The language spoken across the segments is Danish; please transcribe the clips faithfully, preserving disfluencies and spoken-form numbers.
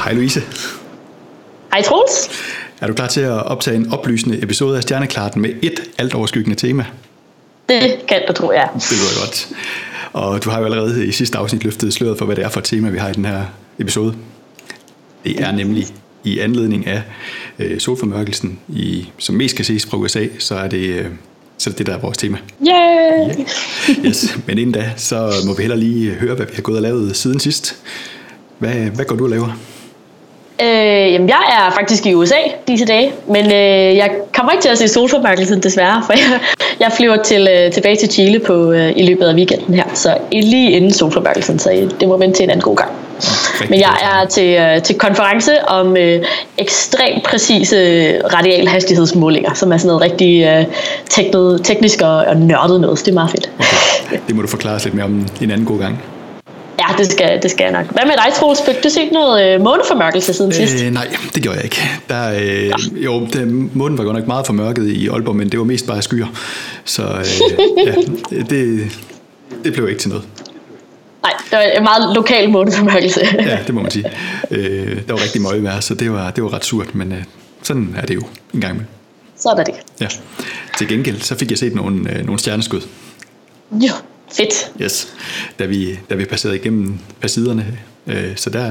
Hej Louise. Hej Troels. Er du klar til at optage en oplysende episode af Stjerneklarten med et alt overskyggende tema? Det kan du tro, ja. Det lyder godt. Og du har jo allerede i sidste afsnit løftet sløret for, hvad det er for et tema, vi har i den her episode. Det er nemlig i anledning af øh, solformørkelsen, i, som mest kan ses fra U S A, så er det, øh, så er det, det, der er vores tema. Yeah. Yeah. Yes. Men inden da, så må vi heller lige høre, hvad vi har gået og lavet siden sidst. Hvad, hvad går du og laver? Øh, jamen, jeg er faktisk i U S A disse dage, men øh, jeg kommer ikke til at se solformørkelsen desværre, for jeg, jeg flyver til, øh, tilbage til Chile på, øh, i løbet af weekenden her, så lige inden solformørkelsen, så det må vente til en anden god gang. Okay. Men jeg er til, øh, til konference om øh, ekstremt præcise radialhastighedsmålinger, som er sådan noget rigtig øh, teknet, teknisk og, og nørdet noget, så det er meget fedt. Okay. Det må du forklare os lidt mere om en anden god gang. Ja, det skal, det skal jeg nok. Hvad med dig, Troels? Fik du set noget øh, måneformørkelse siden øh, sidst? Nej, det gjorde jeg ikke. Der, øh, ja. Jo, det, månen var godt nok meget formørket i Aalborg, men det var mest bare skyer. Så øh, ja, det, det blev ikke til noget. Nej, det var en meget lokal måneformørkelse. Ja, det må man sige. Øh, der var rigtig møgvejr, så det var, det var ret surt, men øh, sådan er det jo en gang med. Sådan er det. Ja. Til gengæld, så fik jeg set nogle, øh, nogle stjerneskud. Jo. Fedt. Yes, da vi, da vi passerede igennem Perseiderne, øh, så der,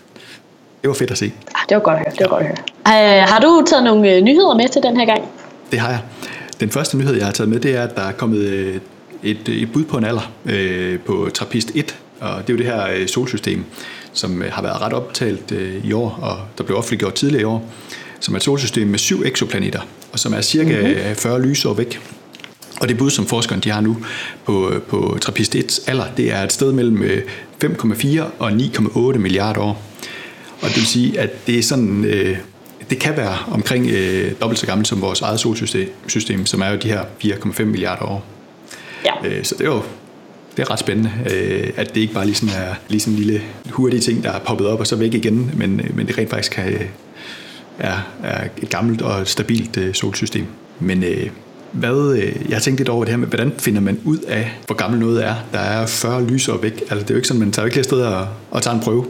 det var fedt at se. Ah, det var godt at høre, det var godt at høre. Uh, har du taget nogle øh, nyheder med til den her gang? Det har jeg. Den første nyhed, jeg har taget med, det er, at der er kommet øh, et, et bud på en alder øh, på Trappist et, og det er jo det her øh, solsystem, som øh, har været ret optalt øh, i år, og der blev offentliggjort tidligere i år, som er et solsystem med syv eksoplaneter, og som er cirka mm-hmm. fyrre lysår væk. Og det bud, som forskerne de har nu på, på Trappist et alder, det er et sted mellem fem komma fire og ni komma otte milliarder år. Og det vil sige, at det er sådan, øh, det kan være omkring øh, dobbelt så gammelt som vores eget solsystem, som er jo de her fire komma fem milliarder år. Ja. Øh, så det er jo det er ret spændende, øh, at det ikke bare lige sådan er lige sådan en lille hurtige ting, der er poppet op og så væk igen, men, men det rent faktisk kan, øh, er, er et gammelt og stabilt øh, solsystem. Men øh, Hvad, jeg har tænkt lidt over det her med, hvordan finder man ud af, hvor gammel noget er? Der er fyrre lysår væk. Altså, det er jo ikke sådan, man tager jo ikke lige afsted og, og tager en prøve.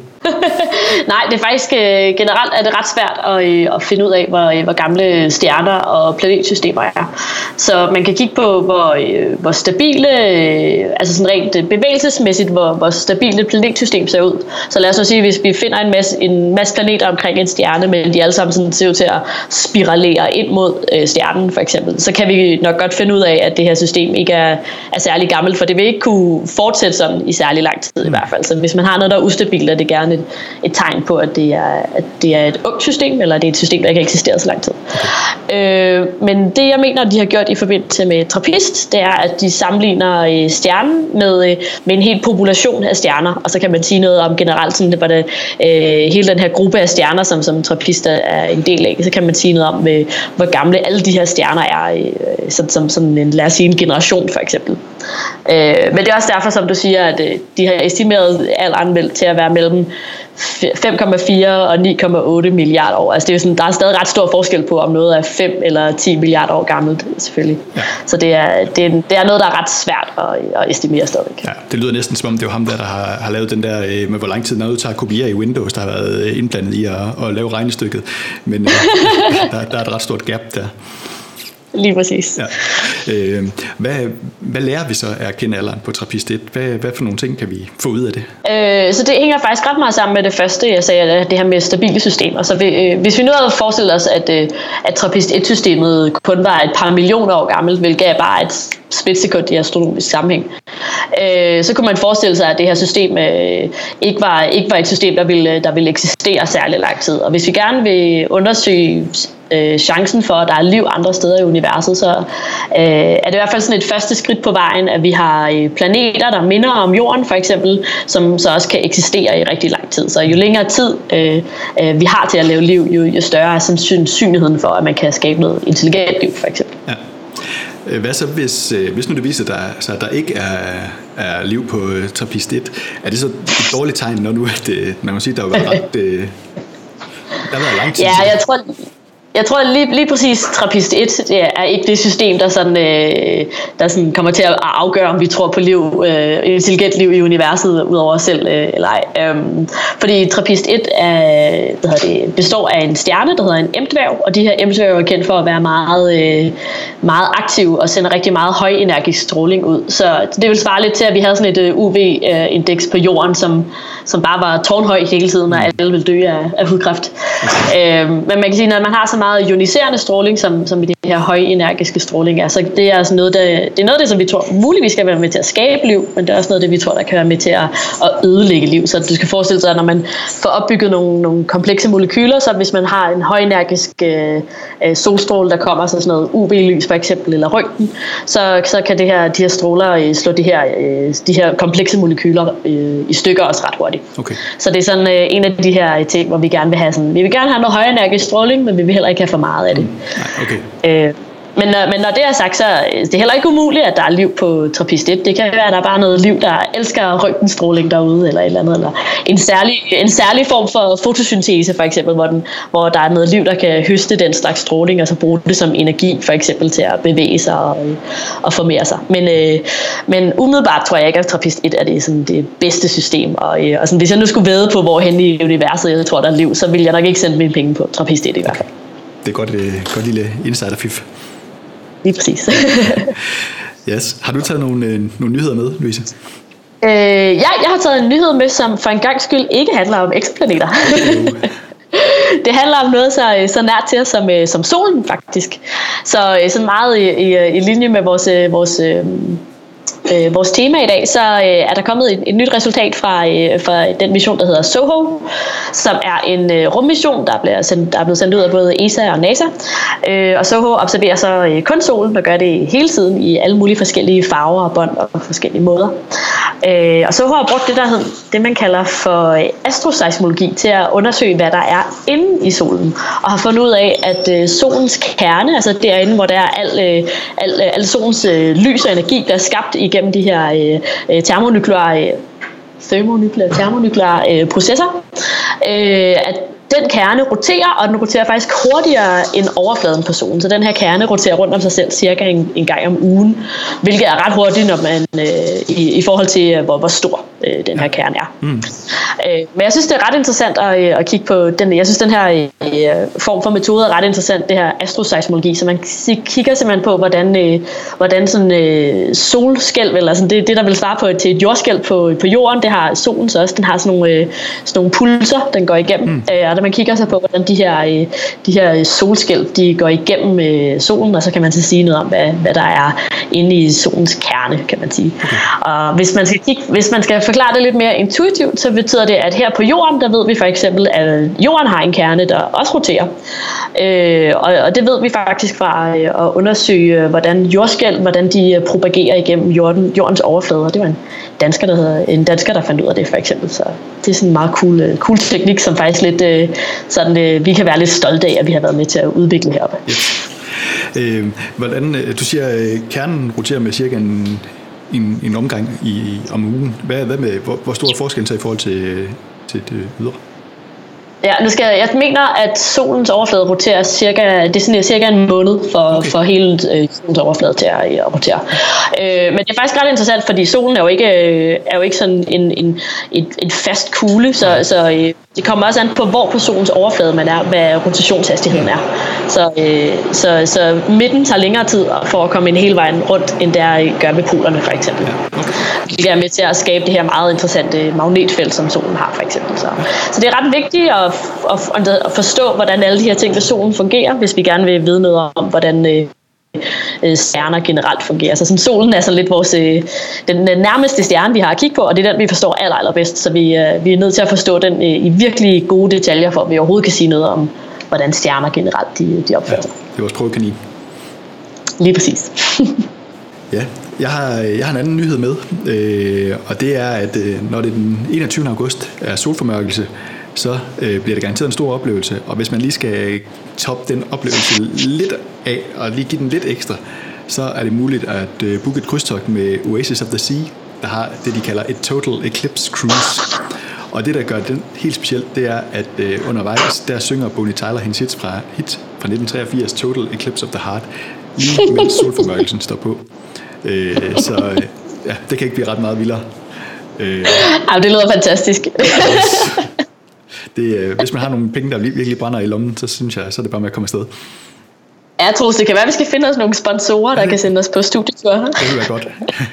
Nej, det er faktisk generelt er det ret svært at, at finde ud af, hvor, hvor gamle stjerner og planetsystemer er. Så man kan kigge på, hvor, hvor stabile, altså sådan rent bevægelsesmæssigt, hvor, hvor stabilt et planetsystem ser ud. Så lad os nu sige, hvis vi finder en masse, en masse planeter omkring en stjerne, men de alle sammen sådan ser ud til at spiralere ind mod stjernen for eksempel, så kan vi nok godt finde ud af, at det her system ikke er, er særlig gammelt, for det vil ikke kunne fortsætte sådan i særlig lang tid i hvert fald. Så hvis man har noget, der er ustabilt, er det gerne et, et tegn på, at det, er, at det er et ungt system, eller det er et system, der ikke har eksisteret så lang tid. Okay. Øh, men det, jeg mener, de har gjort i forbindelse med Trappist, det er, at de sammenligner stjernen med, med en hel population af stjerner, og så kan man sige noget om generelt, sådan, det var det, øh, hele den her gruppe af stjerner, som, som Trappist er en del af, så kan man sige noget om, med, hvor gamle alle de her stjerner er, øh, som, som, som en, lad os sige, en generation for eksempel. Øh, men det er også derfor, som du siger, at øh, de har estimeret alderen til at være mellem fem komma fire og ni komma otte milliarder år. Altså det er jo sådan, der er stadig ret stor forskel på, om noget er fem eller ti milliarder år gammelt, selvfølgelig. Ja. Så det er, det, er, det er noget, der er ret svært at, at estimere stadigvæk. Ja, det lyder næsten som om, det er ham der, der har, har lavet den der, med hvor lang tid den er ude til at kopiere i Windows, der har været indblandet i at, at lave regnestykket. Men der, der er et ret stort gap der. Lige præcis. Ja. Øh, hvad, hvad lærer vi så af at kende alderen på Trappist et? Hvad, hvad for nogle ting kan vi få ud af det? Øh, så det hænger faktisk ret meget sammen med det første, jeg sagde, det her med stabile systemer. Så vi, øh, hvis vi nu havde forestillet os, at, øh, at Trappist et-systemet kun var et par millioner år gammelt, hvilket er bare et splitsekund i astronomisk sammenhæng, øh, så kunne man forestille sig, at det her system øh, ikke, var, ikke var et system, der ville, der ville eksistere særlig lang tid. Og hvis vi gerne vil undersøge øh, chancen for, at der er liv andre steder i universet, så øh, er det i hvert fald sådan et første skridt på vejen, at vi har øh, planeter, der minder om jorden for eksempel, som så også kan eksistere i rigtig lang tid. Så jo længere tid øh, øh, vi har til at lave liv, jo, jo større er sandsynligheden for, at man kan skabe noget intelligent liv for eksempel. Ja. Hvad så, hvis, hvis nu det viser sig, altså, at der ikke er, er liv på Trappist et? Er det så et dårligt tegn, når nu at, man må sige, der har været ret... der har været lang tid? Ja, jeg tror... Jeg tror lige, lige præcis Trappist et er ikke det system, der, sådan, øh, der sådan kommer til at afgøre, om vi tror på liv, øh, intelligent liv i universet, ud over os selv øh, eller ej. Øhm, fordi Trappist et er, hvad hedder det, består af en stjerne, der hedder en M-dværg, og de her M-dværge er kendt for at være meget, øh, meget aktive og sender rigtig meget højenergisk stråling ud. Så det vil svare lidt til, at vi havde sådan et U V-indeks på jorden, som, som bare var tårnhøj hele tiden, og alle ville dø af, af hudkræft. Øhm, men man kan sige, når man har så meget ioniserende stråling, som, som i det her højenergiske stråling er, så det er altså noget, der, det er noget af det, som vi tror muligvis skal være med til at skabe liv, men det er også noget af det, vi tror, der kan være med til at, at ødelægge liv. Så du skal forestille dig, at når man får opbygget nogle, nogle komplekse molekyler, så hvis man har en højenergisk øh, solstråle, der kommer, så sådan noget U V-lys for eksempel, eller røntgen, så, så kan det her, de her stråler øh, slå de her, øh, de her komplekse molekyler øh, i stykker også ret hurtigt. Okay. Så det er sådan øh, en af de her ting, hvor vi gerne vil have sådan, vi vil gerne have noget højenergisk stråling, men vi vil heller ikke have for meget af det. Mm. Okay. Øh, Men, men når det er sagt, så er det heller ikke umuligt, at der er liv på Trappist et. Det kan være, at der er bare noget liv, der elsker røntgenstråling derude, eller et eller andet. Eller en særlig, en særlig form for fotosyntese, for eksempel, hvor, den, hvor der er noget liv, der kan høste den slags stråling, og så bruge det som energi, for eksempel, til at bevæge sig og, og formere sig. Men, øh, men umiddelbart tror jeg ikke, at Trappist et er det, sådan, det bedste system. Og, og sådan, hvis jeg nu skulle væde på, hvorhen i universet jeg tror, der er liv, så ville jeg nok ikke sende mine penge på Trappist et i hvert fald. Det er godt, godt lille insider-fif. Lige præcis. Yes. Har du taget nogle, øh, nogle nyheder med, Louise? Øh, ja, jeg har taget en nyhed med, som for en gang skyld ikke handler om eksoplaneter. Det handler om noget så, så nært til os som, som solen, faktisk. Så sådan meget i, i, i linje med vores... vores Øh, vores tema i dag, så øh, er der kommet et, et nyt resultat fra, øh, fra den mission, der hedder SOHO, som er en øh, rummission, der, bliver sendt, der er blevet sendt ud af både E S A og NASA. Øh, og SOHO observerer så øh, kun solen, og gør det hele tiden i alle mulige forskellige farver og bånd og forskellige måder. Øh, og SOHO har brugt det, der hedder, det man kalder for øh, astroseismologi, til at undersøge, hvad der er inde i solen, og har fundet ud af, at øh, solens kerne, altså derinde, hvor der er al, øh, al, øh, al solens øh, lys og energi, bliver skabt igennem de her øh, termonukleare, thermonukleare, termonukleare øh, processer, øh, at den kerne roterer, og den roterer faktisk hurtigere end overfladen på solen. Så den her kerne roterer rundt om sig selv cirka en, en gang om ugen, hvilket er ret hurtigt, når man, øh, i, i forhold til, hvor, hvor stor øh, den her kerne er. Mm. Øh, men jeg synes, det er ret interessant at, at kigge på den. Jeg synes, den her øh, form for metode er ret interessant, det her astroseismologi. Så man kigger simpelthen på, hvordan, øh, hvordan sådan øh, solskælv, eller sådan det, det, der vil svare på til et jordskælv på, på jorden, det har solen så også. Den har sådan nogle, øh, sådan nogle pulser, den går igennem. Mm. Øh, og man kigger så på, hvordan de her, de her solskælv, de går igennem øh, solen, og så kan man så sige noget om, hvad, hvad der er inde i solens kerne, kan man sige. Okay. Og hvis man, skal kigge, hvis man skal forklare det lidt mere intuitivt, så betyder det, at her på jorden, der ved vi for eksempel, at jorden har en kerne, der også roterer. Øh, og, og det ved vi faktisk fra øh, at undersøge, hvordan jordskælv, hvordan de propagerer igennem jorden, jordens overflade. Det var en dansker, der hedder, en dansker, der fandt ud af det, for eksempel. Så det er sådan en meget cool, cool teknik, som faktisk lidt øh, sådan, øh, vi kan være lidt stolte af, at vi har været med til at udvikle heroppe. Yes. Øh, hvordan, du siger, at kernen roterer med cirka en, en, en omgang i, om ugen. Hvad, hvad med, hvor, hvor stor er forskellen så i forhold til, til det ydre? Ja, nu skal, jeg mener, at solens overflade roterer cirka, det er sådan, cirka en måned for, okay. for hele øh, solens overflade til at øh, rotere. Øh, men det er faktisk ret interessant, fordi solen er jo ikke, øh, er jo ikke sådan en, en, et, en fast kugle, så, så øh, det kommer også an på, hvor på solens overflade man er, hvad rotationshastigheden er. Så, øh, så, så midten tager længere tid for at komme en hele vejen rundt, end der gør ved polerne, for eksempel. Ja, okay. Det er med til at skabe det her meget interessante magnetfelt, som solen har, for eksempel. Så, så det er ret vigtigt at, at, at forstå, hvordan alle de her ting ved solen fungerer, hvis vi gerne vil vide noget om, hvordan øh, stjerner generelt fungerer. Så sådan, solen er sådan lidt vores, øh, den nærmeste stjerne, vi har at kigge på, og det er den, vi forstår aller, allerbedst. Så vi, øh, vi er nødt til at forstå den øh, i virkelig gode detaljer, for at vi overhovedet kan sige noget om, hvordan stjerner generelt de, de opfører sig. Ja, det er vores prøvekanin. Lige præcis. Ja, jeg har, jeg har en anden nyhed med, øh, og det er, at øh, når det er den enogtyvende august er solformørkelse, så øh, bliver det garanteret en stor oplevelse, og hvis man lige skal toppe den oplevelse lidt af, og lige give den lidt ekstra, så er det muligt at øh, booke et krydstogt med Oasis of the Sea, der har det, de kalder et Total Eclipse Cruise. Og det, der gør den helt specielt, det er, at øh, undervejs, der synger Bonnie Tyler hendes hits fra, hit fra nitten treogfirs, Total Eclipse of the Heart, lige mens solformørkelsen står på. Øh, så øh, ja, det kan ikke blive ret meget vildere. Øh, Ej, det lyder fantastisk. det, øh, hvis man har nogle penge, der virkelig brænder i lommen, så synes jeg, så er det bare med at komme afsted. Ja, Troels, det kan være, at vi skal finde os nogle sponsorer, der kan sende os på studietur. Det vil være godt.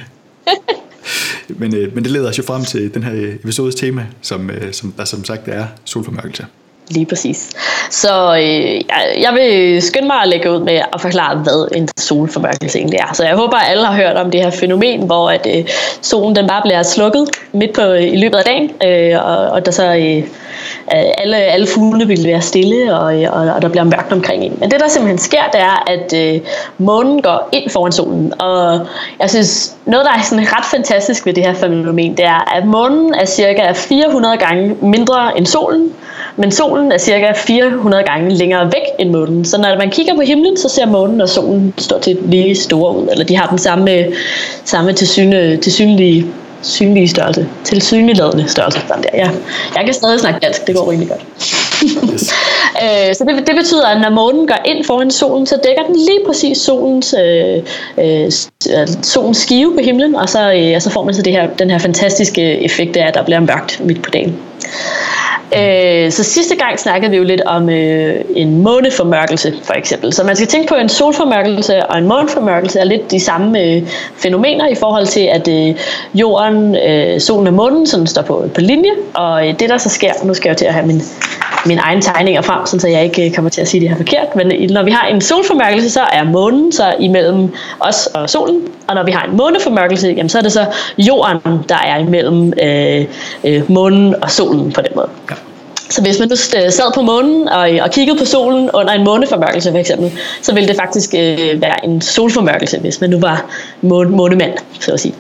men, øh, men det leder os jo frem til den her episodes tema, som, øh, som der som sagt er solformørkelse. Lige præcis. Så øh, jeg vil skynde mig at lægge ud med at forklare, hvad en solformørkelse egentlig er. Så jeg håber, at alle har hørt om det her fænomen, hvor at, øh, solen den bare bliver slukket midt på i løbet af dagen, øh, og, og der så øh, alle, alle fuglene vil være stille, og, og, og der bliver mørkt omkring en. Men det, der simpelthen sker, det er, at øh, månen går ind foran solen. Og jeg synes, noget, der er sådan ret fantastisk ved det her fænomen, det er, at månen er cirka fire hundrede gange mindre end solen, men solen er cirka fire hundrede gange længere væk end månen. Så når man kigger på himlen, så ser månen og solen stort set lige store ud. Eller de har den samme, samme tilsyne, tilsynlige, synlige størrelse. Tilsyneladende størrelse. Sådan der. Ja. Jeg kan stadig snakke dansk, det går rimelig godt. Yes. øh, så det, det betyder, at når månen går ind foran solen, så dækker den lige præcis solens, øh, øh, solens skive på himlen, og så, øh, så får man så det her, den her fantastiske effekt af, at der bliver mørkt midt på dagen. Øh, så sidste gang snakkede vi jo lidt om øh, en måneformørkelse for eksempel. Så man skal tænke på, at en solformørkelse og en måneformørkelse er lidt de samme øh, fænomener i forhold til, at øh, jorden, øh, solen og månen sådan står på, på linje. Og øh, det der så sker, nu skal jeg jo til at have min, mine egne tegninger frem, så jeg ikke øh, kommer til at sige det her forkert. Men når vi har en solformørkelse, så er månen så imellem os og solen. Og når vi har en måneformørkelse, jamen, så er det så jorden, der er imellem øh, øh, månen og solen på den måde. Ja. Så hvis man nu sad på månen og, og kiggede på solen under en måneformørkelse for eksempel, så ville det faktisk øh, være en solformørkelse, hvis man nu var måne, månemand, så at sige.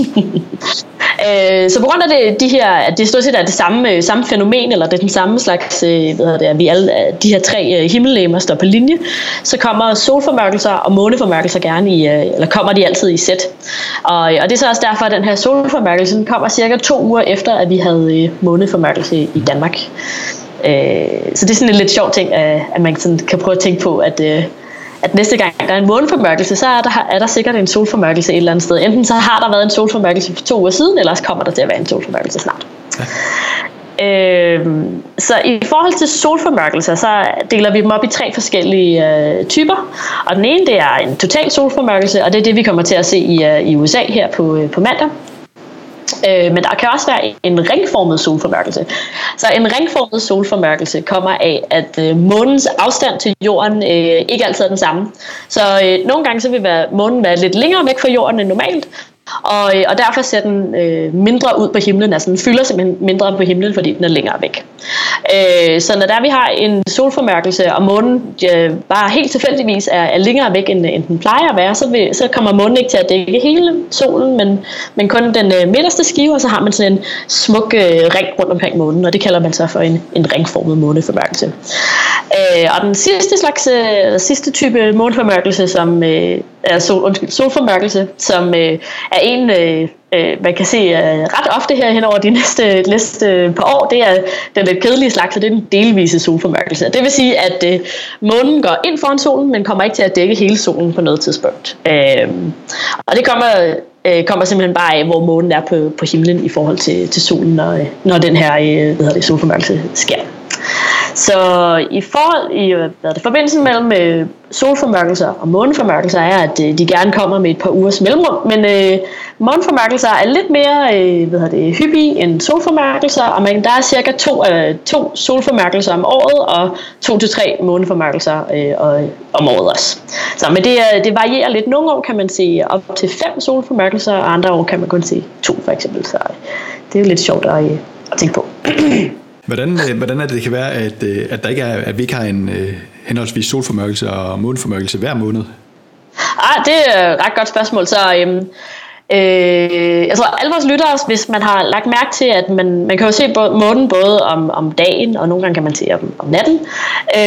øh, så på grund af det, de her, at det stort set er det samme, samme fænomen, eller det er den samme slags, øh, hvad det, at vi alle, de her tre øh, himmellegemer står på linje, så kommer solformørkelser og måneformørkelser gerne i, øh, eller kommer de altid i sæt. Og, og det er så også derfor, at den her solformørkelse kommer cirka to uger efter, at vi havde øh, måneformørkelse i Danmark. Øh, så det er sådan en lidt sjov ting, at man sådan kan prøve at tænke på, at, at næste gang der er en måneformørkelse, så er der, er der sikkert en solformørkelse et eller andet sted. Enten så har der været en solformørkelse for to uger siden, eller så kommer der til at være en solformørkelse snart. Ja. Øh, så i forhold til solformørkelser, så deler vi dem op i tre forskellige øh, typer. Og den ene, det er en total solformørkelse, og det er det, vi kommer til at se i, uh, i U S A her på, uh, på mandag. Øh, men der kan også være en ringformet solformørkelse. Så en ringformet solformørkelse kommer af, at øh, månens afstand til jorden øh, ikke altid er den samme. Så øh, nogle gange så vil være, månen være lidt længere væk fra jorden end normalt, og, øh, og derfor ser den øh, mindre ud på himlen, altså den fylder simpelthen mindre på himlen, fordi den er længere væk. Øh, så når der vi har en solformørkelse, og månen øh, bare helt tilfældigvis er, er længere væk, end, end den plejer at være, så, vil, så kommer månen ikke til at dække hele solen, men, men kun den øh, midterste skive, og så har man sådan en smuk øh, ring rundt omkring månen, og det kalder man så for en, en ringformet måneformørkelse. Øh, og den sidste slags, øh, sidste type måneformørkelse, som øh, er sol, undskyld, solformørkelse, som øh, er en, øh, øh, man kan se øh, ret ofte her hen over de næste, næste par år, det er den lidt kedelige slags, og det er den delvise solformørkelse. Det vil sige, at øh, månen går ind foran solen, men kommer ikke til at dække hele solen på noget tidspunkt. Øh, og det kommer, øh, kommer simpelthen bare af, hvor månen er på, på himlen i forhold til, til solen, når, når den her øh, hvad hedder det, solformørkelse sker. Så i forhold i hvad det, forbindelsen mellem øh, solformørkelser og måneformørkelser er, at øh, de gerne kommer med et par ugers mellemrum, men øh, måneformørkelser er lidt mere øh, hvad det, hyppige end solformørkelser, og man, der er cirka to, øh, to solformørkelser om året og to til tre måneformørkelser øh, og, om året også. Så, men det, det varierer lidt. Nogle år kan man se op til fem solformørkelser, og andre år kan man kun se to for eksempel. Så det er jo lidt sjovt at, at tænke på. Hvordan, hvordan er det, det kan være, at, at, der ikke er, at vi ikke har en uh, henholdsvis solformørkelse og måneformørkelse hver måned? Ah, det er et ret godt spørgsmål. Så øhm, øh, jeg tror, alle vores lyttere, hvis man har lagt mærke til, at man, man kan jo se månen både om, om dagen, og nogle gange kan man se om, om natten. Øh,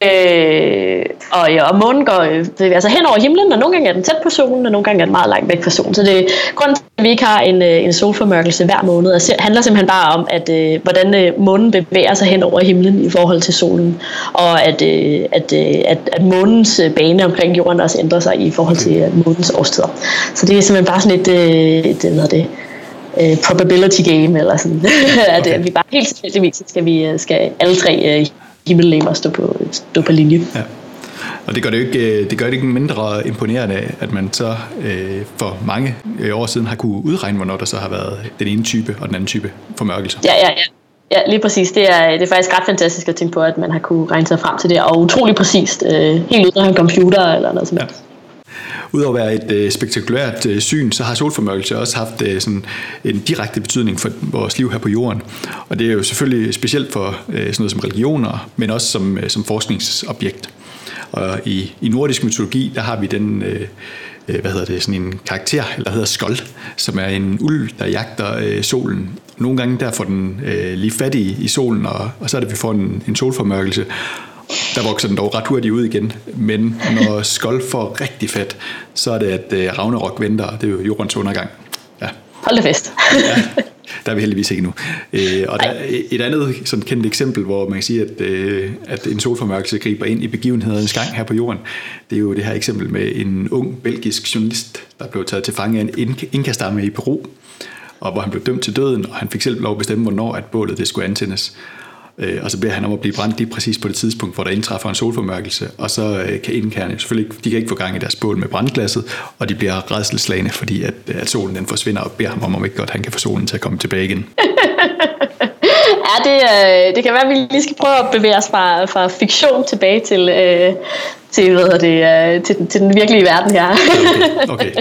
Øh, og, ja, og månen går øh, altså hen over himlen, og nogle gange er den tæt på solen, og nogle gange er den meget langt væk fra solen. Så det grunden til, at vi ikke har en, en solformørkelse hver måned, altså, handler simpelthen bare om, at øh, hvordan øh, månen bevæger sig hen over himlen i forhold til solen, og at, øh, at, øh, at, at månens bane omkring jorden også ændrer sig i forhold til øh, månens årstider. Så det er simpelthen bare sådan et, øh, et hvad det, øh, probability game, eller sådan, at, okay. at vi bare helt tilfældigvis skal vi skal alle tre øh, himmellegemer stå på, stå på linje. Ja. Og det gør det jo ikke, det gør det ikke mindre imponerende, at man så øh, for mange år siden har kunne udregne, hvornår der så har været den ene type og den anden type formørkelser. Ja, ja, ja. Ja, lige præcis. Det er, det er faktisk ret fantastisk at tænke på, at man har kunne regne sig frem til det, og utrolig præcist, øh, helt uden at have en computer eller noget som helst. Ja. Udover at være et øh, spektakulært øh, syn, så har solformørkelse også haft øh, sådan en direkte betydning for vores liv her på jorden. Og det er jo selvfølgelig specielt for øh, sådan noget som religioner, men også som, øh, som forskningsobjekt. Og i, i nordisk mytologi, der har vi den, øh, hvad hedder det, sådan en karakter, der hedder Skold, som er en ulv, der jagter øh, solen. Nogle gange der får den øh, lige fat i, i solen, og, og så er det, vi får en, en solformørkelse. Der vokser den dog ret hurtigt ud igen, men når Skold får rigtig fat, så er det, at øh, Ragnarok venter, og det er jo jordens undergang. Ja. Hold det fest. Ja. Der er vi heldigvis ikke nu. Øh, og der er et andet sådan kendt eksempel, hvor man kan sige, at, øh, at en solformørkelse griber ind i begivenhedernes gang her på jorden. Det er jo det her eksempel med en ung belgisk journalist, der blev taget til fange af en inkastamme i Peru, og hvor han blev dømt til døden, og han fik selv lov at bestemme, hvornår at bålet det skulle antændes. Øh, og så beder han om at blive brændt lige præcis på det tidspunkt, hvor der indtræffer en solformørkelse, og så øh, kan indkærne selvfølgelig de kan ikke få gang i deres bål med brændglasset, og de bliver rædselsslagne, fordi at, at solen den forsvinder, og beder ham om, om ikke godt han kan få solen til at komme tilbage igen. Ja, det, øh, det kan være, at vi lige skal prøve at bevæge os fra, fra fiktion tilbage til, øh, til, hvad det, øh, til, til den virkelige verden her. Okay, okay.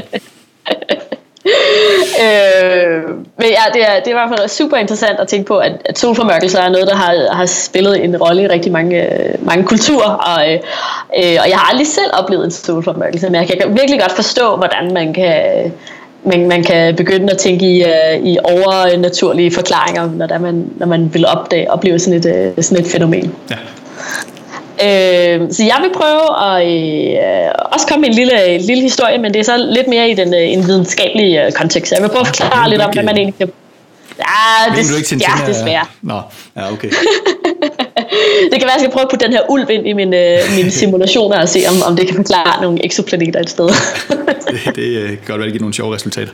øh, men ja, det er, det er i hvert fald super interessant at tænke på, at, at solformørkelser er noget, der har, har spillet en rolle i rigtig mange, mange kulturer, og, øh, og jeg har aldrig selv oplevet en solformørkelse, men jeg kan virkelig godt forstå, hvordan man kan, man, man kan begynde at tænke i, uh, i overnaturlige forklaringer, når, der man, når man vil opdage, opleve sådan et, uh, sådan et fænomen. Ja. Øh, så jeg vil prøve at øh, også komme med en lille, lille historie, men det er så lidt mere i den en videnskabelig øh, kontekst. Så jeg vil prøve at forklare lidt om, hvad man egentlig kan... Ja, det, du ikke ja, desværre. Nå, ja, okay. Det kan være, at jeg skal prøve at putte den her ulv ind i mine, mine simulationer og se, om, om det kan forklare nogle eksoplaneter et sted. det, det kan godt være, det giver nogle sjove resultater.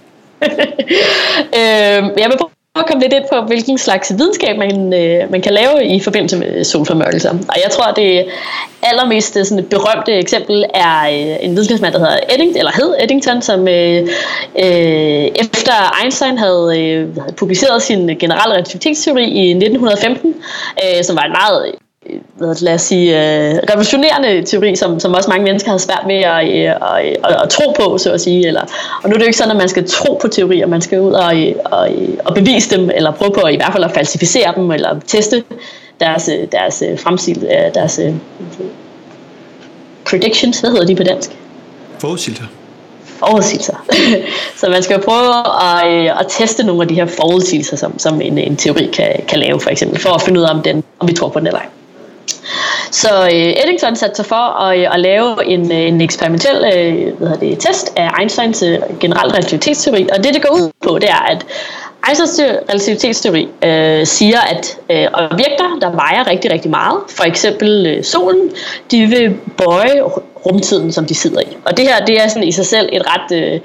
øh, jeg vil prøve at komme lidt ind på, hvilken slags videnskab man, øh, man kan lave i forbindelse med solformørkelser. Og jeg tror, det allermest sådan et berømte eksempel er øh, en videnskabsmand, der hedder Eddington, eller hed Eddington, som øh, øh, efter Einstein havde øh, publiceret sin generelle relativitetsteori i nitten femten, øh, som var en meget lad os sige, øh, revolutionerende teori, som, som også mange mennesker havde svært ved at, at, at, at tro på, så at sige. Eller, og nu er det jo ikke sådan, at man skal tro på teorier, man skal ud og, og, og bevise dem, eller prøve på at, i hvert fald at falsificere dem, eller teste deres, deres fremstil, deres predictions, hvad hedder de på dansk? Forudsigelser. Forudsigelser. Så man skal prøve at, at teste nogle af de her forudsigelser, som, som en, en teori kan, kan lave, for eksempel, for at finde ud af, om, den, om vi tror på den eller ej. Så øh, Eddington satte sig for at, at lave en, en eksperimentel øh, hvad det, test af Einsteins øh, generelle relativitetsteori, og det det går ud på, det er, at Einsteins relativitetsteori øh, siger, at øh, objekter, der vejer rigtig, rigtig meget, for eksempel øh, solen, de vil bøje rumtiden, som de sidder i. Og det her, det er sådan i sig selv et ret øh,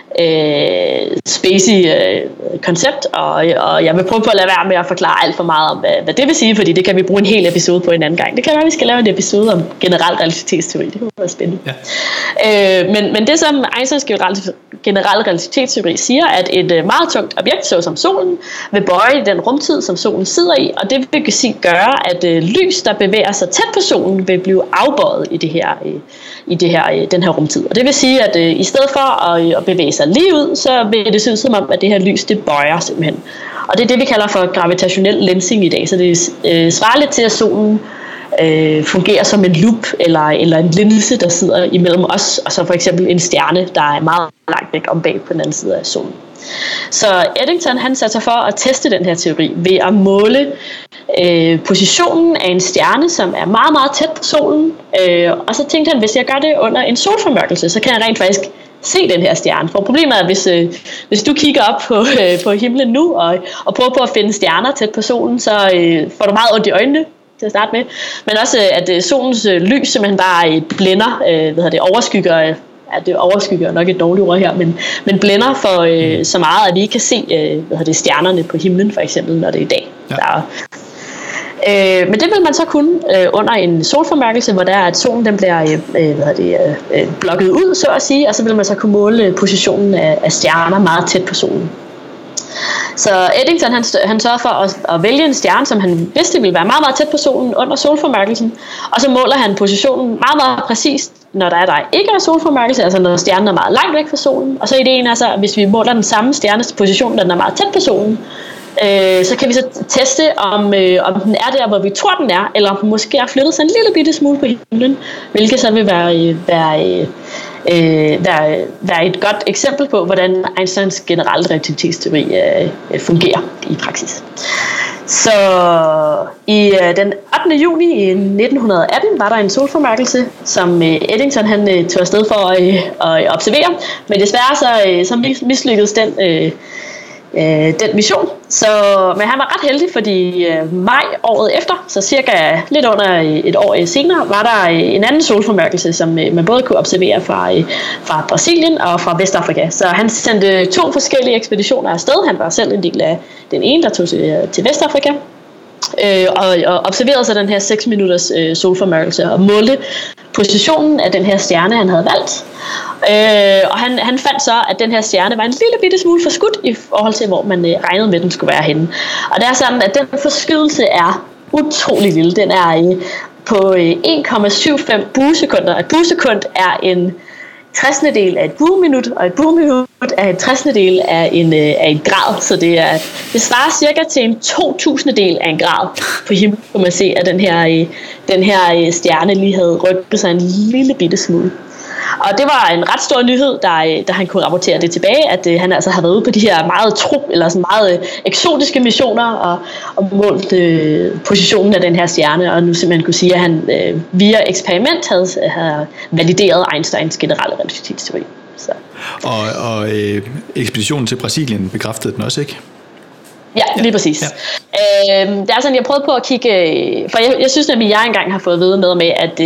øh, spacey øh, koncept, og, og jeg vil prøve på at lade være med at forklare alt for meget om, hvad, hvad det vil sige, fordi det kan vi bruge en hel episode på en anden gang. Det kan være, at vi skal lave en episode om generel relativitetsteori. Det kunne være spændende. Ja. Øh, men, men det, som Einsteins generelle relativitetsteori siger, at et meget tungt objekt, såsom solen, vil bøje den rumtid, som solen sidder i, og det vil sige gøre, at øh, lys, der bevæger sig tæt på solen, vil blive afbøjet i det her, øh, i det her, øh, den her rumtid. Og det vil sige, at øh, i stedet for at, at bevæge sig lige ud, så vil det synes som om, at det her lys, det bøjer simpelthen. Og det er det, vi kalder for gravitationel lensing i dag. Så det øh, svarer lidt til, at solen øh, fungerer som en lup eller, eller en linse, der sidder imellem os, og så for eksempel en stjerne, der er meget langt væk om bag på den anden side af solen. Så Eddington han satte sig for at teste den her teori ved at måle øh, positionen af en stjerne, som er meget, meget tæt på solen. Øh, og så tænkte han, hvis jeg gør det under en solformørkelse, så kan jeg rent faktisk se den her stjerne. For problemet er, hvis, øh, hvis du kigger op på, øh, på himlen nu og, og prøver på at finde stjerner tæt på solen, så øh, får du meget ondt i øjnene til at starte med. Men også, at øh, solens øh, lys simpelthen bare øh, blænder, øh, hvad hedder det, overskygger, øh, ja, det overskygger nok et dårligt ord her, men, men blænder for øh, så meget, at vi ikke kan se øh, hvad hedder det, stjernerne på himlen, for eksempel, når det er i dag. Ja. Der, Øh, men det vil man så kunne øh, under en solformørkelse, hvor der er, at solen den bliver øh, hvad det, øh, blokket ud, så at sige, og så vil man så kunne måle positionen af, af stjerner meget tæt på solen. Så Eddington han, han sørger for at, at vælge en stjerne, som han vidste ville være meget, meget tæt på solen under solformørkelsen, og så måler han positionen meget, meget præcist, når der er der ikke er solformørkelse, altså når stjernen er meget langt væk fra solen. Og så ideen er så, at hvis vi måler den samme stjernes position, når den er meget tæt på solen, Øh, så kan vi så teste, om, øh, om den er der, hvor vi tror, den er, eller om den måske har flyttet sig en lille bitte smule på himlen, hvilket så vil være, være, øh, være, være et godt eksempel på, hvordan Einsteins generelle relativitetsteori øh, fungerer i praksis. Så i øh, den ottende juni i nitten atten var der en solformørkelse, som øh, Eddington han, øh, tog afsted for at, øh, at observere, men desværre så, øh, så mislykkedes den øh, den mission. Så, men han var ret heldig, fordi øh, maj året efter, så cirka lidt under et år senere, var der en anden solformørkelse, som øh, man både kunne observere fra, øh, fra Brasilien og fra Vestafrika. Så han sendte to forskellige ekspeditioner afsted. Han var selv en del af den ene, der tog til, til Vestafrika, øh, og, og observerede så den her seks minutters øh, solformørkelse og målte positionen af den her stjerne, han havde valgt. Øh, og han, han fandt så, at den her stjerne var en lille bitte smule forskudt i forhold til, hvor man øh, regnede med, den skulle være henne. Og det er sådan, at den forskydelse er utrolig lille. Den er øh, på øh, en komma syvoghalvfems buesekunder. Et buesekund er en tresindedel af et bueminut, og et bueminut er en tresindedel af en, øh, af en grad. Så det, er, det svarer cirka til en to tusindedel af en grad på himlen, hvor man se, at den her, øh, den her øh, stjerne lige havde rykket sig en lille bitte smule. Og det var en ret stor nyhed, da, da han kunne rapportere det tilbage, at uh, han altså havde været ude på de her meget trup, eller sådan meget uh, eksotiske missioner og, og målt uh, positionen af den her stjerne, og nu simpelthen kunne sige, at han uh, via eksperiment havde, havde valideret Einsteins generelle relativitetsteori. Så. Og, og øh, ekspeditionen til Brasilien bekræftede den også, ikke? Ja, lige præcis. Ja. Øhm, det er sådan, jeg prøvede på at kigge, for jeg, jeg synes nemlig, at jeg engang har fået at vide noget med, at,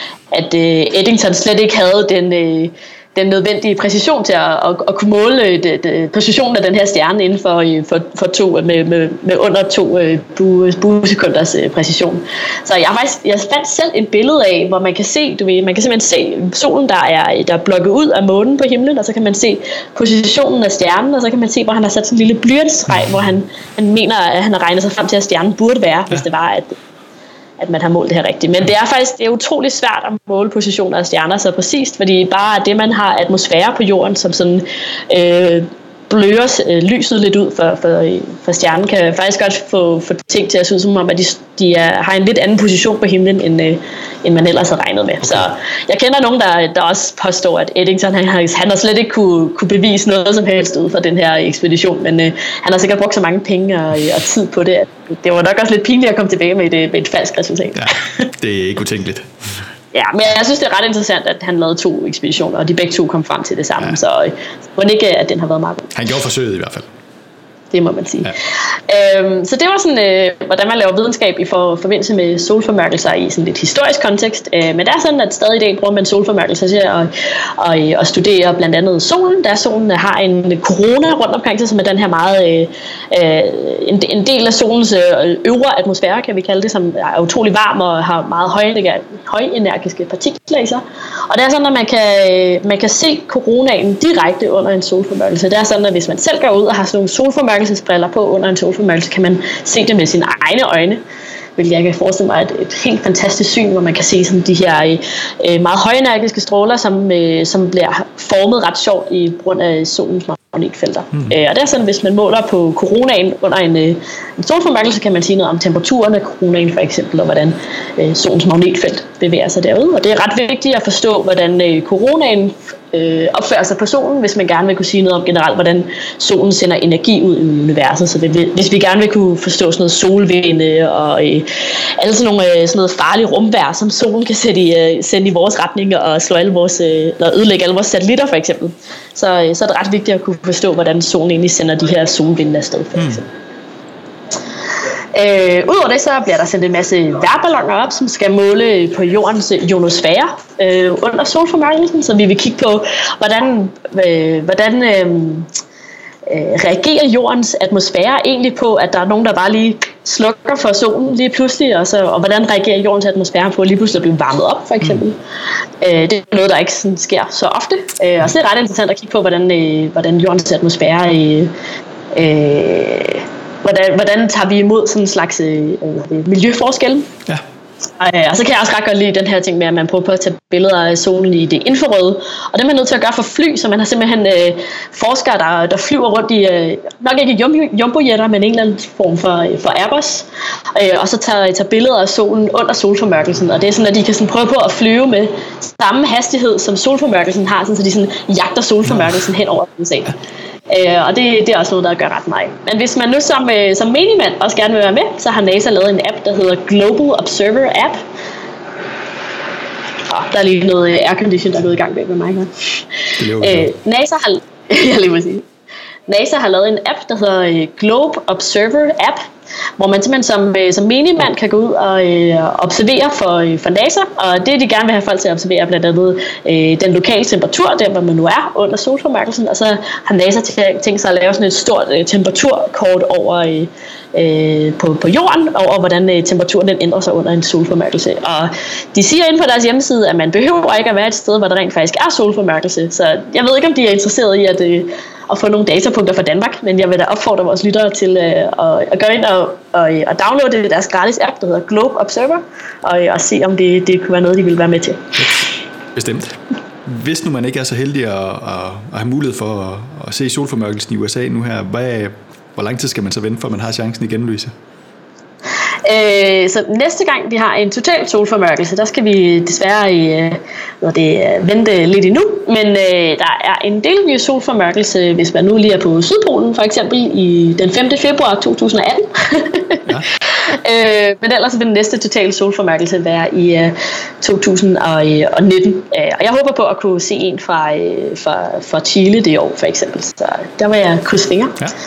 at uh, Eddington slet ikke havde den, uh, den nødvendige præcision til at, at, at kunne måle det, det, positionen af den her stjerne inden for, for, for to, med, med, med under to uh, buesekunders uh, præcision. Så jeg, faktisk, jeg fandt selv et billede af, hvor man kan se, du ved, man kan simpelthen se solen, der er, der er blokket ud af månen på himlen, og så kan man se positionen af stjernen, og så kan man se, hvor han har sat sådan en lille blyantstreg, hvor han, han mener, at han har regnet sig frem til, at stjernen burde være, hvis det var, at at man har målt det her rigtigt. Men det er faktisk det er utroligt svært at måle positioner af stjerner så præcist, fordi bare det, man har atmosfære på jorden, som sådan øh, blører øh, lyset lidt ud for, for, for stjernen, kan faktisk godt få, få ting til at se ud som om, at de, de er, har en lidt anden position på himlen, end, øh, end man ellers havde regnet med. Okay. Så jeg kender nogen, der, der også påstår, at Eddington han har, han har slet ikke kunne, kunne bevise noget som helst ud fra den her ekspedition, men øh, han har sikkert brugt så mange penge og, og tid på det, at det var nok også lidt pinligt at komme tilbage med et, med et falsk resultat. Ja, det er ikke utænkeligt. Ja, men jeg synes, det er ret interessant, at han lavede to ekspeditioner, og de begge to kom frem til det samme, ja. Så må ikke, at den har været meget god. Han gjorde forsøget i hvert fald. Det må man sige. Ja. Øhm, så det var sådan, øh, hvordan man laver videnskab i for, forbindelse med solformørkelser i sådan lidt historisk kontekst. Øh, men det er sådan, at stadig i dag bruger man solformørkelser til at, at, at studere blandt andet solen. Der solen har en corona rundt omkring sig, som er den her meget øh, en, en del af solens øvre atmosfære, kan vi kalde det, som er utrolig varm og har meget høje, højenergiske partikler i sig. Og det er sådan, at man kan, man kan se coronaen direkte under en solformørkelse. Det er sådan, at hvis man selv går ud og har sådan nogle solformørkelser briller på under en solformørkelse, kan man se det med sine egne øjne, hvilket jeg kan forestille mig et, et helt fantastisk syn, hvor man kan se sådan de her øh, meget højenergiske stråler, som, øh, som bliver formet ret sjovt i grund af solens magnetfelter. Mm. Øh, og det er sådan, hvis man måler på coronaen under en, øh, en solformørkelse, kan man sige noget om temperaturen af coronaen for eksempel, og hvordan øh, solens magnetfelt bevæger sig derude. Og det er ret vigtigt at forstå, hvordan øh, coronaen øh, opfører sig på solen, hvis man gerne vil kunne sige noget om generelt, hvordan solen sender energi ud i universet. Så det, hvis vi gerne vil kunne forstå sådan noget solvinde og øh, alle sådan nogle øh, sådan noget farlige rumvejr, som solen kan sætte i, øh, sende i vores retning og slå alle vores, øh, eller ødelægge alle vores satellitter for eksempel, så, øh, så er det ret vigtigt at kunne forstå, hvordan solen egentlig sender de her solvinde afsted for eksempel. Mm. Øh, Udover det, så bliver der sendt en masse vejrballoner op, som skal måle på jordens ionosfære øh, under solformørkelsen, så vi vil kigge på, hvordan, øh, hvordan øh, øh, reagerer jordens atmosfære egentlig på, at der er nogen, der bare lige slukker for solen lige pludselig, og, så, og hvordan reagerer jordens atmosfære på at lige pludselig at blive varmet op, for eksempel. Mm. Øh, det er noget, der ikke sådan sker så ofte, øh, og så er det ret interessant at kigge på, hvordan, øh, hvordan jordens atmosfære øh, øh, Hvordan, hvordan tager vi imod sådan en slags øh, miljøforskel? Ja. Og, og så kan jeg også ret godt lide den her ting med, at man prøver på at tage billeder af solen i det infrarøde. Og det er man nødt til at gøre for fly, så man har simpelthen øh, forskere, der, der flyver rundt i, øh, nok ikke jumbojetter, men en eller anden form for, for Airbus. Øh, og så tager, tager billeder af solen under solformørkelsen. Og det er sådan, at de kan sådan prøve på at flyve med samme hastighed, som solformørkelsen har, sådan, så de sådan jagter solformørkelsen hen over U S A. Uh, og det, det er også noget, der gør ret meget. Men hvis man nu som, uh, som menigmand også gerne vil være med, så har NASA lavet en app, der hedder Global Observer App. Oh, der er lige noget aircondition, der er gået i gang med mig her. Uh, NASA har, jeg lige må sige. NASA har lavet en app, der hedder Globe Observer App, hvor man simpelthen som, som menigmand kan gå ud og øh, observere for, for NASA, og det de gerne vil have folk til at observere blandt andet øh, den lokale temperatur, der hvor man nu er under solformørkelsen, og så har NASA tænkt sig at lave sådan et stort øh, temperaturkort over øh, øh, på, på jorden, over hvordan øh, temperaturen den ændrer sig under en solformørkelse. Og de siger inde på deres hjemmeside, at man behøver ikke at være et sted, hvor der rent faktisk er solformørkelse, så jeg ved ikke, om de er interesseret i at øh, at få nogle datapunkter fra Danmark, men jeg vil da opfordre vores lyttere til øh, at, at gå ind og, og, og downloade deres gratis app, der hedder Globe Observer, og, og se, om det, det kunne være noget, de vil være med til. Bestemt. Hvis nu man ikke er så heldig at, at, at have mulighed for at, at se solformørkelsen i U S A nu her, hvad, hvor lang tid skal man så vente, for man har chancen igen, Louise? Øh, så næste gang vi har en total solformørkelse, der skal vi desværre øh, det, vente lidt endnu, men øh, der er en delvis solformørkelse, hvis man nu lige er på Sydpolen, for eksempel i den femte februar to tusind og atten. Ja. øh, men ellers vil den næste totale solformørkelse være i øh, to tusind og nitten, øh, og jeg håber på at kunne se en fra, øh, fra, fra Chile det år, for eksempel, så der vil jeg krydse fingre.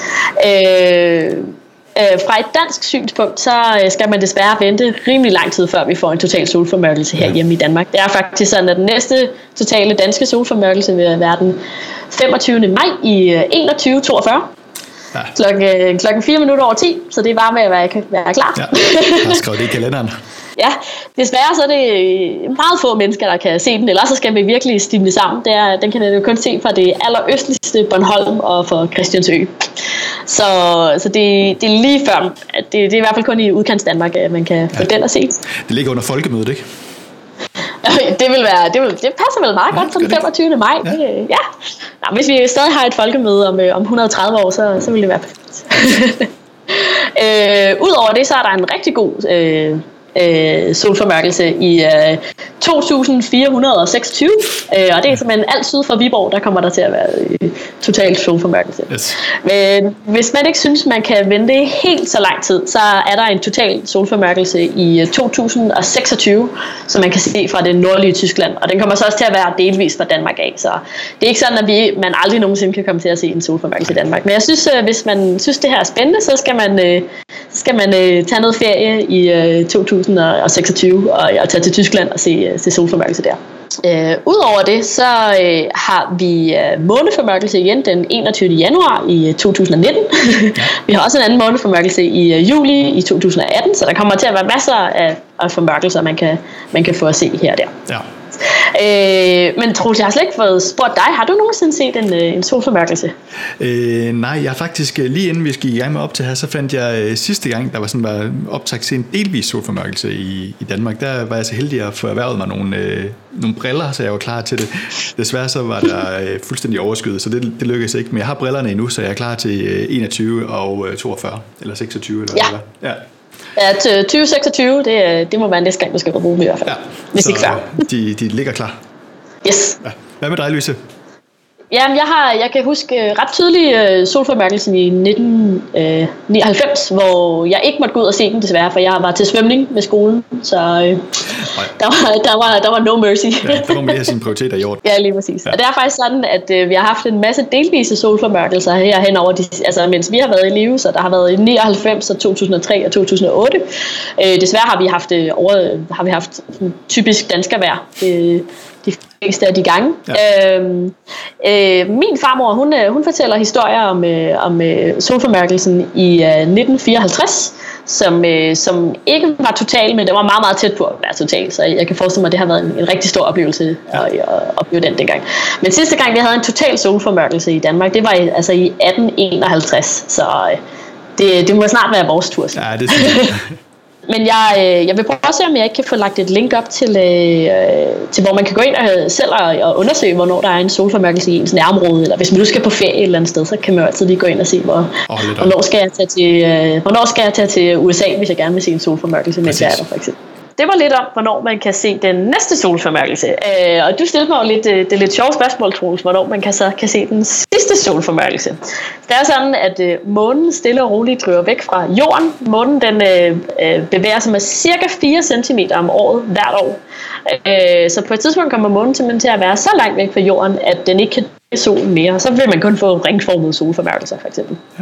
Ja. Øh, Fra et dansk synspunkt, så skal man desværre vente rimelig lang tid, før vi får en total solformørkelse her hjemme i Danmark. Det er faktisk sådan, at den næste totale danske solformørkelse vil være den femogtyvende maj i enogtyve toogfyrre. Ja. Klokken, klokken fire minutter over ti, så det er bare med at være, være klar. Ja, jeg har skrevet det i kalenderen. Ja, desværre så er det meget få mennesker, der kan se den, ellers så skal vi virkelig stimle sammen. Det er, den kan jeg jo kun se fra det allerøstligste Bornholm og fra Christiansø. Så, så det, det er lige før, det, det er i hvert fald kun i udkants Danmark, at man kan få ja. den at se. Det ligger under folkemødet, ikke? Det vil være, det, vil, det passer vel meget ja, godt til den femogtyvende maj. Ja. Det, ja. Nå, hvis vi stadig har et folkemøde om, om et hundrede og tredive år, så, så vil det være perfekt. øh, Udover det, så er der en rigtig god øh, øh, solformørkelse i øh, to tusind fire hundrede og seksogtyve, øh, og det er simpelthen alt syd for Viborg, der kommer der til at være øh, totalt solformørkelse. Yes. Men hvis man ikke synes, man kan vente helt så lang tid, så er der en total solformørkelse i to tusind og seksogtyve, som man kan se fra det nordlige Tyskland, og den kommer så også til at være delvis fra Danmark af, så det er ikke sådan, at vi, man aldrig nogensinde kan komme til at se en solformørkelse i Danmark. Men jeg synes, hvis man synes, det her er spændende, så skal man, øh, så skal man øh, tage noget ferie i øh, to tusind og seksogtyve og, og tage til Tyskland og se, se solformørkelse der. Øh, Udover det, så øh, har vi øh, måneformørkelse igen den enogtyvende januar i to tusind og nitten. Vi har også en anden måneformørkelse i øh, juli i to tusind og atten, så der kommer til at være masser af, af formørkelser, man kan, man kan få at se her og der. Ja. Øh, men Troels, jeg har slet ikke fået spurgt dig. Har du nogensinde set en, en solformørkelse? Øh, nej, jeg har faktisk lige inden vi skal i gang med op til her, så fandt jeg øh, sidste gang, der var sådan var optaget til en delvis solformørkelse i, i Danmark. Der var jeg så heldig at få erhvervet mig nogle, øh, nogle briller, så jeg var klar til det. Desværre så var der øh, fuldstændig overskyet, så det, det lykkedes ikke. Men jeg har brillerne endnu, så jeg er klar til øh, enogtyve og toogfyrre eller seksogtyve eller ja. Eller. Ja. Ja, tyve seksogtyve, det, det må være næste gang, du skal bruge dem i hvert fald. Ja, hvis ikke før. De, de ligger klar. Yes. Ja. Hvad med dig, Louise? Jamen, jeg, har, jeg kan huske ret tydeligt uh, solformørkelsen i nitten nioghalvfems, hvor jeg ikke måtte gå ud og se den desværre, for jeg var til svømning med skolen, så uh, der, var, der, var, der var no mercy. Ja, der må man lige have sine prioriteter i orden. Ja, lige præcis. Ja. Og det er faktisk sådan, at uh, vi har haft en masse delvise solformørkelser her henover, de, altså mens vi har været i live, så der har været i nioghalvfems og to tusind og tre og to tusind og otte. Uh, desværre har vi haft, uh, over, har vi haft typisk danskervejr. Uh, de fleste af de gange. Ja. Øhm, øh, min farmor, hun, hun fortæller historier om, øh, om øh, solformørkelsen i øh, nitten fireoghalvtreds, som, øh, som ikke var total, men det var meget, meget tæt på at være total, så jeg kan forestille mig, at det har været en, en rigtig stor oplevelse ja. at, at opleve den dengang. Men sidste gang, vi havde en total solformørkelse i Danmark, det var i, altså i atten enoghalvtreds, så øh, det, det må snart være vores tur. Så. Ja, det er Men jeg, jeg vil prøve at se, om jeg ikke kan få lagt et link op til, øh, til hvor man kan gå ind og selv og, og undersøge, hvornår der er en solformørkelse i ens nærområde. Eller hvis man nu skal på ferie et eller andet sted, så kan man jo altid lige gå ind og se, hvor, oh, hvornår, skal jeg tage til, øh, hvornår skal jeg tage til U S A, hvis jeg gerne vil se en solformørkelse, mens jeg er der for eksempel. Det var lidt om, hvornår man kan se den næste solformørkelse. Øh, og du stillede mig jo lidt, det er lidt sjovt spørgsmål, Troels, hvornår man kan, så kan se den sidste solformørkelse. Det er sådan, at øh, månen stille og roligt driver væk fra jorden. Månen den, øh, bevæger sig med cirka fire centimeter om året hvert år. Øh, så på et tidspunkt kommer månen simpelthen til at være så langt væk fra jorden, at den ikke kan se solen mere. Så vil man kun få ringformede solformørkelser, for eksempel. Ja.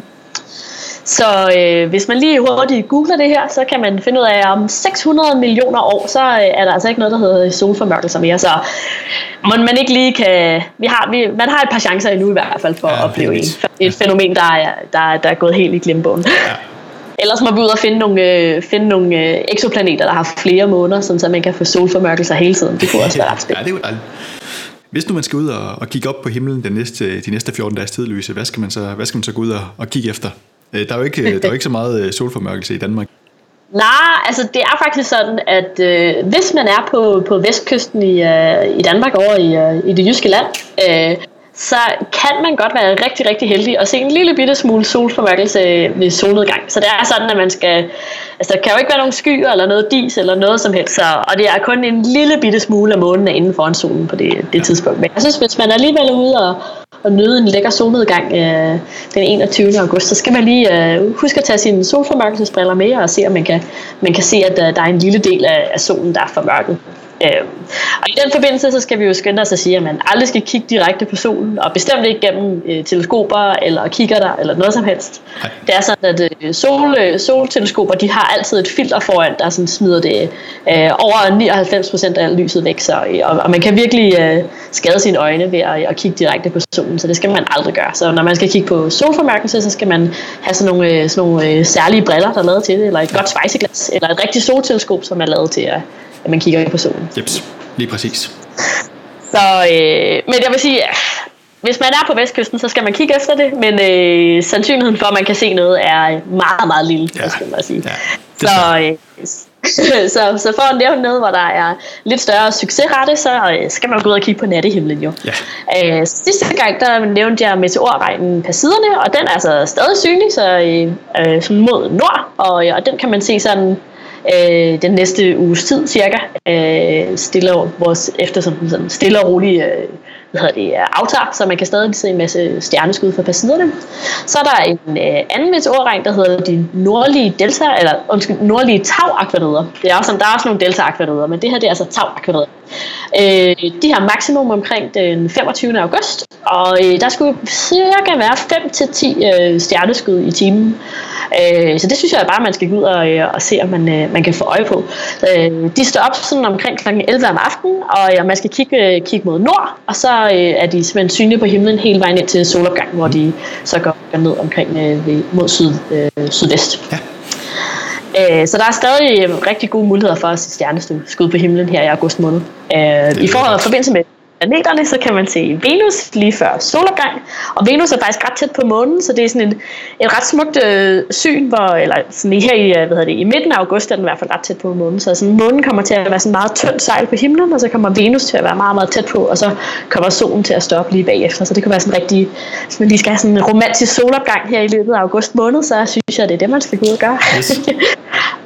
Så øh, hvis man lige hurtigt googler det her, så kan man finde ud af, at om seks hundrede millioner år, så øh, er der altså ikke noget, der hedder solformørkelser mere. Så må man ikke lige kan... Vi har, vi, man har et par chancer endnu i hvert fald for ja, at opleve en, et fænomen, der er, der, der er gået helt i glemmebogen. Ja. Ellers må vi ud og finde nogle, øh, finde nogle øh, eksoplaneter, der har flere måneder, så man kan få solformørkelser hele tiden. Det kunne også være ret spændende. Ja, det er jo Hvis nu man skal ud og, og kigge op på himlen den næste, de næste fjorten dages tid, Louise, hvad skal man så, hvad skal man så gå ud og, og kigge efter? Der er jo ikke, der er jo ikke så meget solformørkelse i Danmark. Nej, altså det er faktisk sådan, at øh, hvis man er på, på vestkysten i, øh, i Danmark over i, øh, i det jyske land, øh, så kan man godt være rigtig, rigtig heldig at se en lille bitte smule solformørkelse ved solnedgang. Så det er sådan, at man skal... Altså, der kan jo ikke være nogen skyer eller noget dis eller noget som helst, så, og det er kun en lille bitte smule af månen er inden foran solen på det, det tidspunkt. Men jeg synes, hvis man alligevel er ude og, og nyde en lækker solnedgang øh, den enogtyvende august, så skal man lige øh, huske at tage sine solformørkelsesbriller med og se, om man kan, man kan se, at øh, der er en lille del af, af solen, der er formørket. Øh, og i den forbindelse, så skal vi jo skynde os at sige, at man aldrig skal kigge direkte på solen, og bestemt ikke gennem øh, teleskoper eller kikkerter eller noget som helst. Nej. Det er sådan, at øh, sol, øh, solteleskoper, de har altid et filter foran, der sådan smider det øh, over nioghalvfems procent af lyset væk, så, øh, og, og man kan virkelig øh, skade sine øjne ved at, at kigge direkte på solen, så det skal man aldrig gøre. Så når man skal kigge på solformørkelse, så skal man have sådan nogle, øh, sådan nogle øh, særlige briller, der er lavet til det, eller et godt svejseglas, eller et rigtigt solteleskop, som er lavet til at at man kigger på solen. Jeps, lige præcis. Så, øh, men jeg vil sige, hvis man er på vestkysten, så skal man kigge efter det, men øh, sandsynligheden for, at man kan se noget, er meget, meget lille, ja. Skal man sige. Ja, så, øh, så, så for at nævne noget, hvor der er lidt større succesrate, så øh, skal man gå ud og kigge på nattehimlen jo. Ja. Øh, sidste gang, der nævnte jeg meteorregnen Perseiderne, og den er altså stadig synlig, så øh, sådan mod nord, og, og den kan man se sådan Øh, den næste uges tid cirka, øh, stille og, vores, efter sådan, sådan stille og rolig øh, hvad hedder det, aftager, så man kan stadig se en masse stjerneskud fra Perseiderne. Så er der en øh, anden meteorregn, der hedder de nordlige delta, eller undskyld, nordlige tau-akvarider. Det er også sådan, der er også nogle delta-akvarider, men det her det er altså tau-akvarider. Øh, de har maksimum omkring den femogtyvende august, og øh, der skulle cirka være fem til ti øh, stjerneskud i timen. Øh, så det synes jeg bare, man skal gå ud og, øh, og se, om man, øh, man kan få øje på. Øh, de står op sådan omkring klokken elleve om aftenen, og ja, man skal kigge, øh, kigge mod nord, og så øh, er de simpelthen synlige på himlen hele vejen ind til solopgang, hvor de så går ned omkring øh, ved, mod syd, øh, sydvest. Ja. Øh, så der er stadig rigtig gode muligheder for at se stjerneskud på himlen her i august måned. Øh, I forhold forbindelse med planeterne, så kan man se Venus lige før solopgang, og Venus er faktisk ret tæt på månen, så det er sådan en, et ret smukt øh, syn, hvor, eller sådan her i, hvad hedder det, i midten af august er den i hvert fald ret tæt på månen, så sådan, månen kommer til at være sådan meget tyndt sejl på himlen, og så kommer Venus til at være meget, meget tæt på, og så kommer solen til at stoppe lige bagefter, så det kan være sådan rigtig, hvis man lige skal have sådan en romantisk solopgang her i løbet af august måned, så synes jeg, det er det, man skal gå ud og gøre. Yes.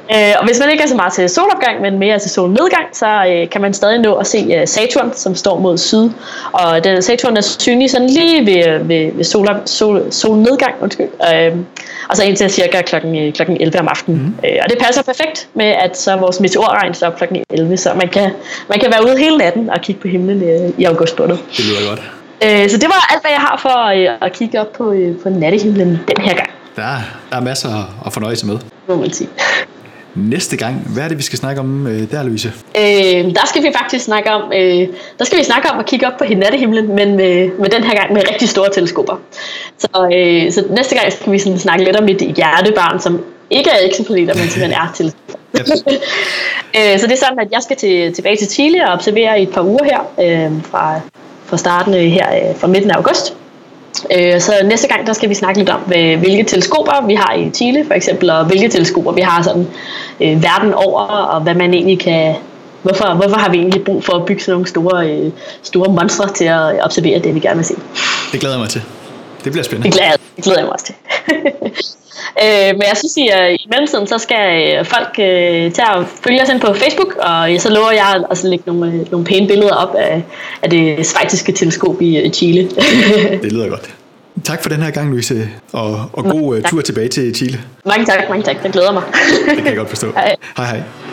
Øh, og hvis man ikke er så meget til solopgang, men mere til solnedgang, så øh, kan man stadig nå at se øh, Saturn, som står mod syd. Og den, Saturn er synlig sådan lige ved, ved, ved sol, sol, solnedgang, undskyld. Øh, og så indtil cirka klokken, klokken elleve om aftenen. Mm. Øh, og det passer perfekt med, at så vores meteorregn står klokken elleve, så man kan, man kan være ude hele natten og kigge på himlen øh, i august måned. Det lyder godt. Øh, så det var alt, hvad jeg har for øh, at kigge op på, øh, på nattehimlen den her gang. Der er, der er masser at fornøje sig med. Må man sige. Næste gang, hvad er det, vi skal snakke om øh, der, Louise? Øh, der skal vi faktisk snakke om, øh, der skal vi snakke om at kigge op på nattehimlen, men med, med den her gang med rigtig store teleskoper. Så, øh, så næste gang skal vi sådan snakke lidt om et hjertebarn, som ikke er eksoplaneter, men simpelthen er teleskoper. øh, så det er sådan, at jeg skal til, tilbage til Chile og observere i et par uger her, øh, fra, fra starten her, øh, fra midten af august. Så næste gang, der skal vi snakke lidt om, hvilke teleskoper vi har i Chile, for eksempel, og hvilke teleskoper vi har sådan øh, verden over, og hvad man egentlig kan, hvorfor, hvorfor har vi egentlig brug for at bygge sådan nogle store, øh, store monstre til at observere det, vi gerne vil se. Det glæder jeg mig til. Det bliver spændende. Det glæder, det glæder jeg mig også til. øh, men jeg synes, at i mellemtiden, så skal folk øh, tage og følge os ind på Facebook, og så lover jeg at lægge nogle, nogle pæne billeder op af, af det schweiziske teleskop i Chile. Det lyder godt. Tak for den her gang, Louise, og, og god uh, tur tilbage til Chile. Mange tak, mange tak. Det glæder mig. Det kan jeg godt forstå. Hej. Hej hej.